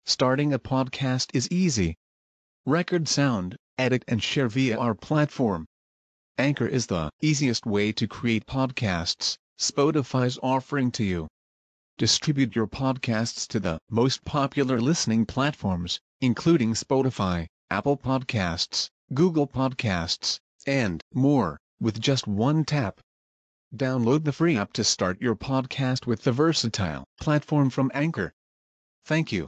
Starting a podcast is easy. Record sound, edit and share via our platform. Anchor is the easiest way to create podcasts Spotify's offering to you. Distribute your podcasts to the most popular listening platforms, including Spotify, Apple Podcasts, Google Podcasts, and more, with just one tap. Download the free app to start your podcast with the versatile platform from Anchor. Thank you.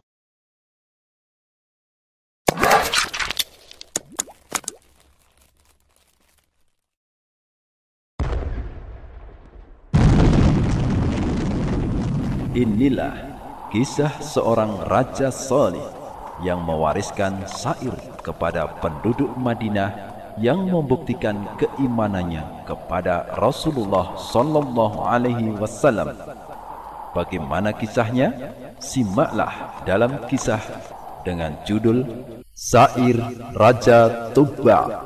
Inilah kisah seorang raja saleh yang mewariskan syair kepada penduduk Madinah yang membuktikan keimanannya kepada Rasulullah sallallahu alaihi wasallam. Bagaimana kisahnya? Simaklah dalam kisah dengan judul Syair Raja Tubba.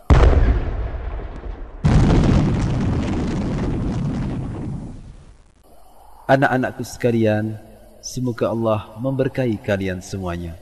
Anak-anakku sekalian, semoga Allah memberkahi kalian semuanya.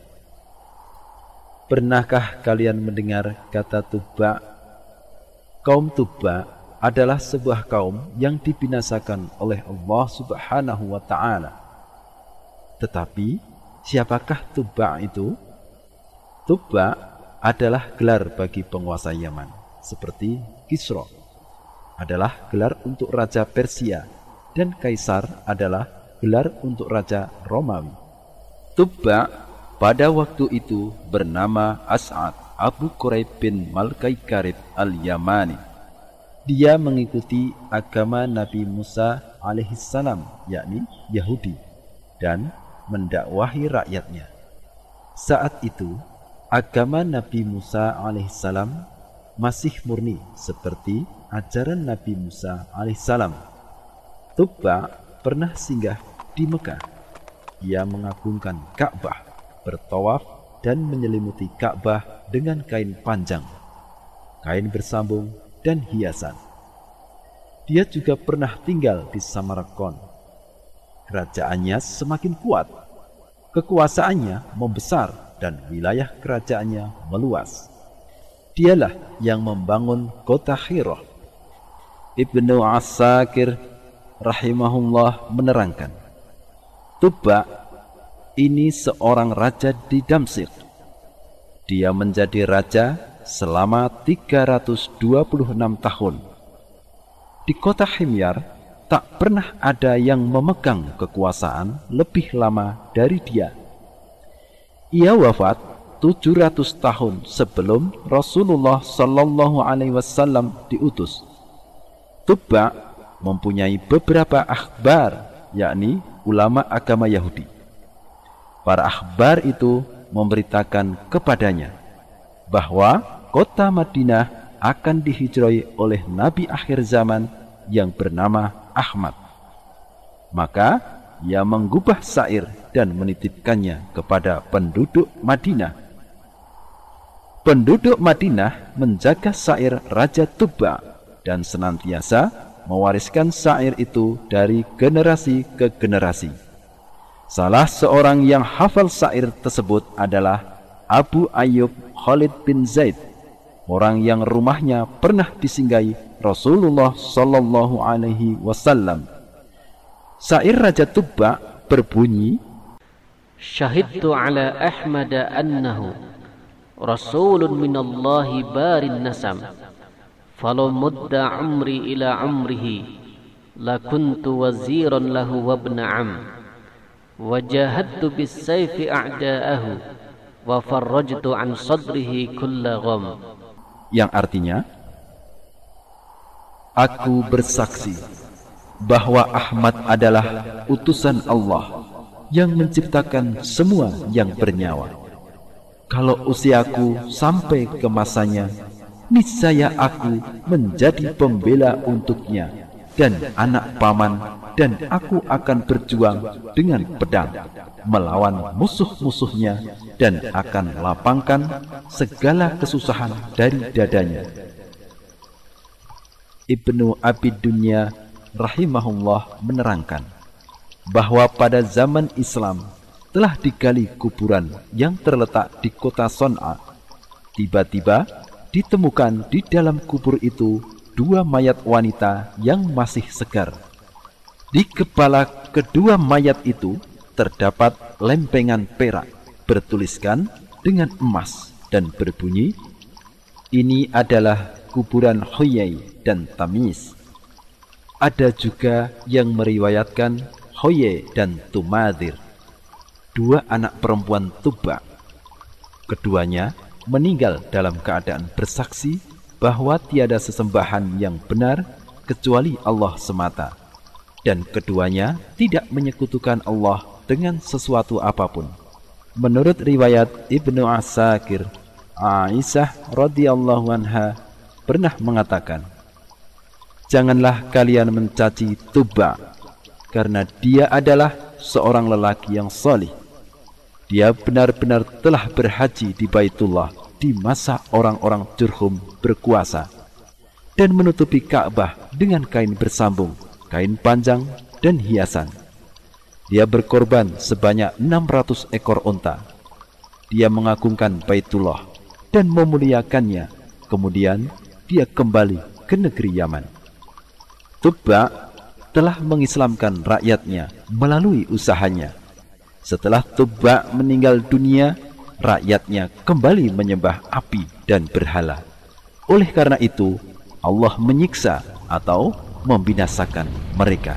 Pernahkah kalian mendengar kata Tubba? Kaum Tubba adalah sebuah kaum yang dibinasakan oleh Allah Subhanahu wa Ta'ala. Tetapi, siapakah Tubba itu? Tubba adalah gelar bagi penguasa Yaman, seperti Kisra adalah gelar untuk Raja Persia, dan Kaisar adalah gelar untuk Raja Romawi. Tubba pada waktu itu bernama As'ad Abu Quraib bin Malkai Karib al-Yamani. Dia mengikuti agama Nabi Musa alaihissalam, yakni Yahudi, dan mendakwahi rakyatnya. Saat itu, agama Nabi Musa alaihissalam masih murni seperti ajaran Nabi Musa alaihissalam. Tubba pernah singgah di Mekah. Ia mengagungkan Ka'bah, bertawaf dan menyelimuti Ka'bah dengan kain panjang, kain bersambung dan hiasan. Dia juga pernah tinggal di Samarkand. Kerajaannya semakin kuat, kekuasaannya membesar dan wilayah kerajaannya meluas. Dialah yang membangun kota Hira. Ibnu Asakir rahimahullah menerangkan, Tubba ini seorang raja di Damsyik. Dia menjadi raja selama 326 tahun. Di kota Himyar tak pernah ada yang memegang kekuasaan lebih lama dari dia. Ia wafat 700 tahun sebelum Rasulullah sallallahu alaihi wasallam diutus. Tubba mempunyai beberapa akhbar, yakni ulama agama Yahudi. Para akhbar itu memberitakan kepadanya bahwa kota Madinah akan dihijroi oleh Nabi akhir zaman yang bernama Ahmad. Maka ia menggubah syair dan menitipkannya kepada penduduk Madinah. Penduduk Madinah menjaga syair Raja Tubba dan senantiasa mewariskan syair itu dari generasi ke generasi. Salah seorang yang hafal syair tersebut adalah Abu Ayyub Khalid bin Zaid, orang yang rumahnya pernah disinggahi Rasulullah sallallahu alaihi wasallam. Syair Raja Tubba berbunyi, Syahidtu ala Ahmad annahu rasulun minallahi barin nasam. Falau mudda umri ila umrihi lakuntu waziran lahu wabna am wajahadtu bisayfi a'da'ahu wa farrajtu an sadrihi kulla gham. Yang artinya, aku bersaksi bahwa Ahmad adalah utusan Allah yang menciptakan semua yang bernyawa. Kalau usiaku sampai ke masanya, niscaya aku menjadi pembela untuknya dan anak paman, dan aku akan berjuang dengan pedang melawan musuh-musuhnya dan akan lapangkan segala kesusahan dari dadanya. Ibnu Abi Dunya rahimahullah menerangkan bahwa pada zaman Islam telah digali kuburan yang terletak di kota Son'a. Tiba-tiba ditemukan di dalam kubur itu 2 mayat wanita yang masih segar. Di kepala kedua mayat itu terdapat lempengan perak bertuliskan dengan emas dan berbunyi, "Ini adalah kuburan Huyai dan Tamis." Ada juga yang meriwayatkan Huyai dan Tumadir, 2 anak perempuan Tubba. Keduanya meninggal dalam keadaan bersaksi bahwa tiada sesembahan yang benar kecuali Allah semata, dan keduanya tidak menyekutukan Allah dengan sesuatu apapun. Menurut riwayat Ibnu Asakir, Aisyah radhiyallahu anha pernah mengatakan, "Janganlah kalian mencaci Tubba, karena dia adalah seorang lelaki yang salih. Dia benar-benar telah berhaji di Baitullah di masa orang-orang Jurhum berkuasa, dan menutupi Ka'bah dengan kain bersambung, kain panjang, dan hiasan. Dia berkorban sebanyak 600 ekor unta. Dia mengagungkan Baitullah dan memuliakannya. Kemudian dia kembali ke negeri Yaman." Tubba telah mengislamkan rakyatnya melalui usahanya. Setelah Tubba meninggal dunia, rakyatnya kembali menyembah api dan berhala. Oleh karena itu, Allah menyiksa atau membinasakan mereka.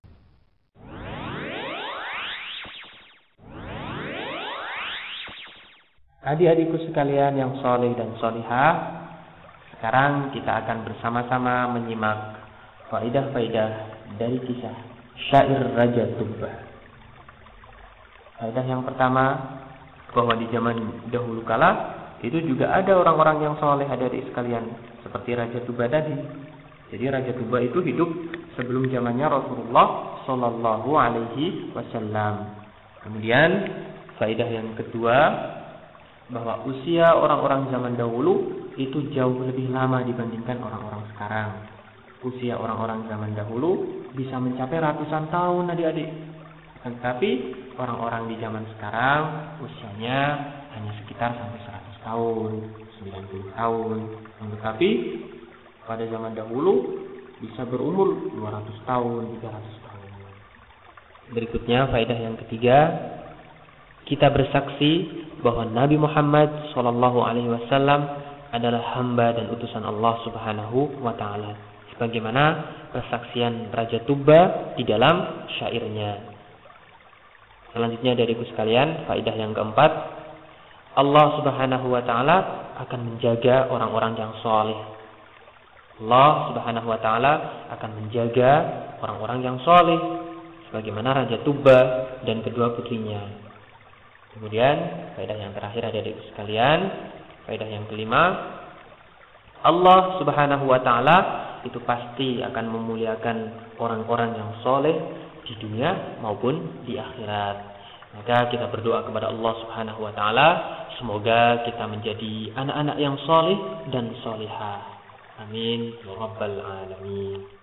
Adik-adikku sekalian yang soleh dan solihah, sekarang kita akan bersama-sama menyimak faidah-faidah dari kisah syair Raja Tubba. Faidah yang pertama, bahwa di zaman dahulu kala itu juga ada orang-orang yang soleh, adik-adik sekalian, seperti Raja Tubba tadi. Jadi Raja Tubba itu hidup sebelum zamannya Rasulullah Sallallahu Alaihi Wasallam. Kemudian faidah yang kedua, bahwa usia orang-orang zaman dahulu itu jauh lebih lama dibandingkan orang-orang sekarang. Usia orang-orang zaman dahulu bisa mencapai ratusan tahun, adik-adik. Tetapi orang-orang di zaman sekarang usianya hanya sekitar sampai 100 tahun, 90 tahun. Tetapi pada zaman dahulu bisa berumur 200 tahun, 300 tahun. Berikutnya faedah yang ketiga, kita bersaksi bahwa Nabi Muhammad SAW adalah hamba dan utusan Allah Subhanahu wa Ta'ala, sebagaimana persaksian Raja Tubba di dalam syairnya. Selanjutnya dari sekalian, faedah yang keempat, Allah Subhanahu wa Ta'ala akan menjaga orang-orang yang soleh. Allah Subhanahu wa Ta'ala akan menjaga orang-orang yang soleh, sebagaimana Raja Tubba dan kedua putrinya. Kemudian faedah yang terakhir ada di sekalian, faedah yang kelima, Allah Subhanahu wa Ta'ala itu pasti akan memuliakan orang-orang yang soleh di dunia maupun di akhirat. Maka kita berdoa kepada Allah Subhanahu wa Ta'ala, semoga kita menjadi anak-anak yang soleh dan solehah. Amin ya rabbal alamin.